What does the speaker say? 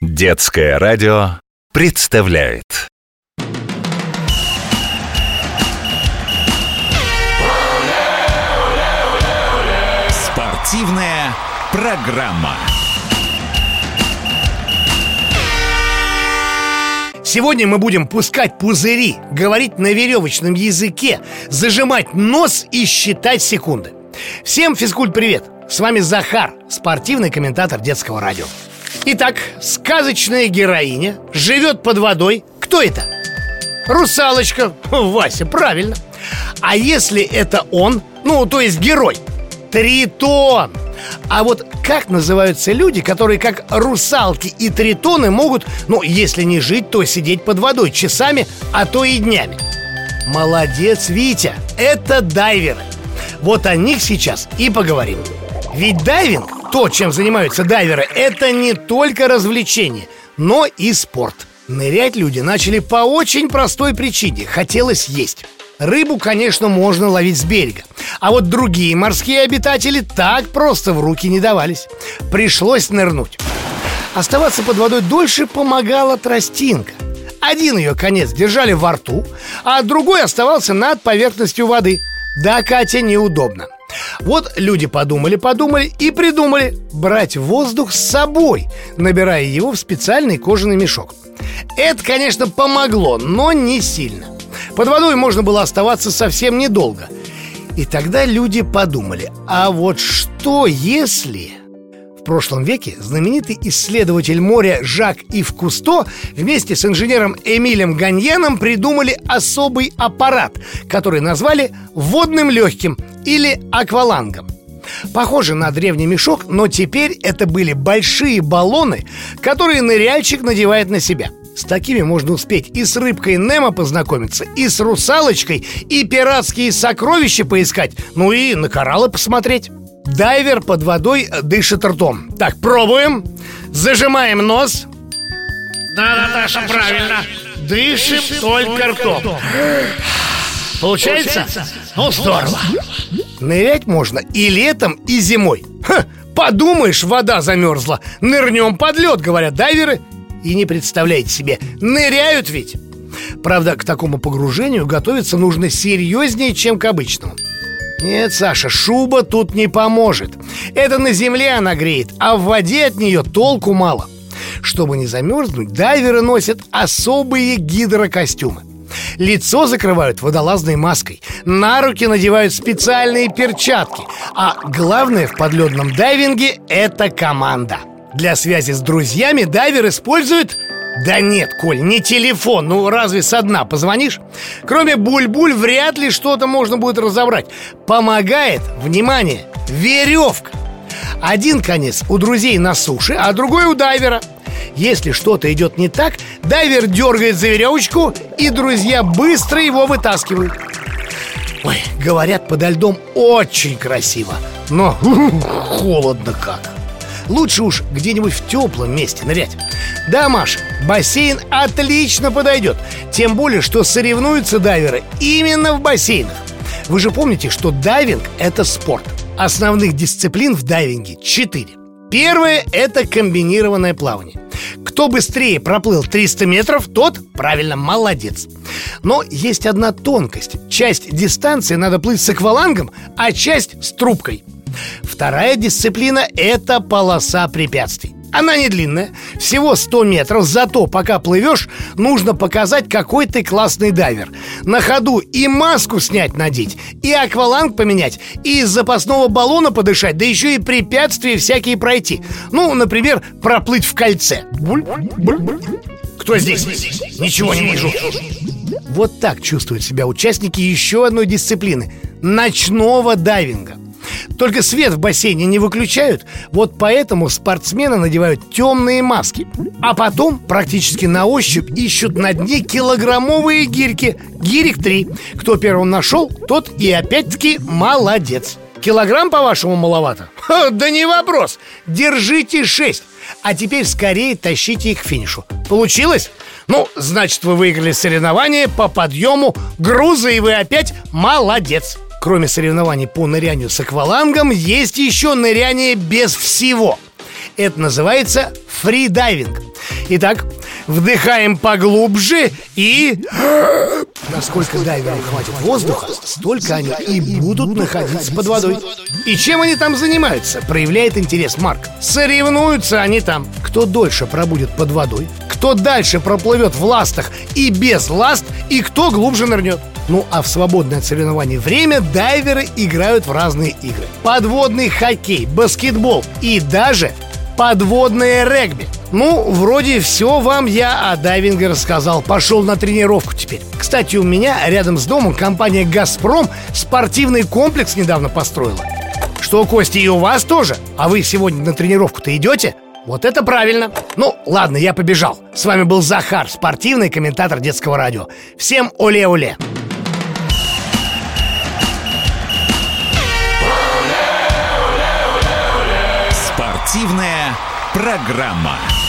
Детское радио представляет спортивная программа. Сегодня мы будем пускать пузыри, говорить на веревочном языке, зажимать нос и считать секунды. Всем физкульт-привет! С вами Захар, спортивный комментатор детского радио. Итак, сказочная героиня живет под водой. Кто это? Русалочка. Вася, правильно. А если это он, то есть герой? Тритон. А вот как называются люди, которые как русалки и тритоны могут, если не жить, то сидеть под водой часами, а то и днями? Молодец, Витя, это дайверы. Вот о них сейчас и поговорим. Ведь дайвинг, то, чем занимаются дайверы, это не только развлечение, но и спорт. Нырять люди начали по очень простой причине – хотелось есть. Рыбу, конечно, можно ловить с берега, а вот другие морские обитатели так просто в руки не давались. Пришлось нырнуть. Оставаться под водой дольше помогала тростинка. Один ее конец держали во рту, а другой оставался над поверхностью воды. Да, Катя, неудобно. Вот люди подумали и придумали брать воздух с собой, набирая его в специальный кожаный мешок. Это, конечно, помогло, но не сильно. Под водой можно было оставаться совсем недолго. И тогда люди подумали, а вот что если... В прошлом веке знаменитый исследователь моря Жак-Ив Кусто вместе с инженером Эмилем Ганьеном придумали особый аппарат, который назвали водным легким или аквалангом. Похоже на древний мешок, но теперь это были большие баллоны, которые ныряльщик надевает на себя. С такими можно успеть и с рыбкой Немо познакомиться, и с русалочкой, и пиратские сокровища поискать, и на кораллы посмотреть. Дайвер под водой дышит ртом. Так, пробуем. Зажимаем нос. Да, Наташа, правильно. Дышим только ртом. Получается? Здорово. Нырять можно и летом, и зимой. Подумаешь, вода замерзла. Нырнем под лед, говорят дайверы. И не представляете себе, ныряют ведь. Правда, к такому погружению готовиться нужно серьезнее, чем к обычному. Нет, Саша, шуба тут не поможет. Это на земле она греет, а в воде от нее толку мало. Чтобы не замерзнуть, дайверы носят особые гидрокостюмы. Лицо закрывают водолазной маской, на руки надевают специальные перчатки. А главное в подледном дайвинге – это команда. Для связи с друзьями дайвер использует... Да нет, Коль, не телефон, разве со дна позвонишь? Кроме буль-буль вряд ли что-то можно будет разобрать. Помогает, внимание, веревка. Один конец у друзей на суше, а другой у дайвера. Если что-то идет не так, дайвер дергает за веревочку, и друзья быстро его вытаскивают. Ой, говорят, подо льдом очень красиво, но холодно как. Лучше уж где-нибудь в теплом месте нырять. Да, Маш, бассейн отлично подойдет. Тем более, что соревнуются дайверы именно в бассейнах. Вы же помните, что дайвинг – это спорт. Основных дисциплин в дайвинге 4. Первое – это комбинированное плавание. Кто быстрее проплыл 300 метров, тот, правильно, молодец. Но есть одна тонкость. Часть дистанции надо плыть с аквалангом, а часть с трубкой. Вторая дисциплина – это полоса препятствий. Она не длинная, всего 100 метров, зато пока плывешь, нужно показать, какой ты классный дайвер. На ходу и маску снять надеть, и акваланг поменять, и из запасного баллона подышать, да еще и препятствия всякие пройти. Например, проплыть в кольце. Кто здесь? Ничего не вижу. Вот так чувствуют себя участники еще одной дисциплины – ночного дайвинга. Только свет в бассейне не выключают, вот поэтому спортсмены надевают темные маски. А потом практически на ощупь ищут на дне килограммовые гирьки. Гирек 3. Кто первым нашел, тот и опять-таки молодец. Килограмм, по-вашему, маловато? Да не вопрос. Держите 6. А теперь скорее тащите их к финишу. Получилось? Значит, вы выиграли соревнование по подъему груза, и вы опять молодец. Кроме соревнований по нырянию с аквалангом, есть еще ныряние без всего. Это называется фридайвинг. Итак, вдыхаем поглубже и... Насколько дайверам хватит воздуха, столько они и будут находиться под водой. И чем они там занимаются? Проявляет интерес Марк. Соревнуются они там. Кто дольше пробудет под водой, кто дальше проплывет в ластах и без ласт, и кто глубже нырнет. Ну а в свободное от соревнований время дайверы играют в разные игры. Подводный хоккей, баскетбол и даже подводное регби. Ну, вроде все вам я о дайвинге рассказал. Пошел на тренировку теперь. Кстати, у меня рядом с домом компания «Газпром» спортивный комплекс недавно построила. Что, Костя, и у вас тоже? А вы сегодня на тренировку-то идете? Вот это правильно. Ну, ладно, я побежал. С вами был Захар, спортивный комментатор детского радио. Всем оле-оле. Спортивная программа.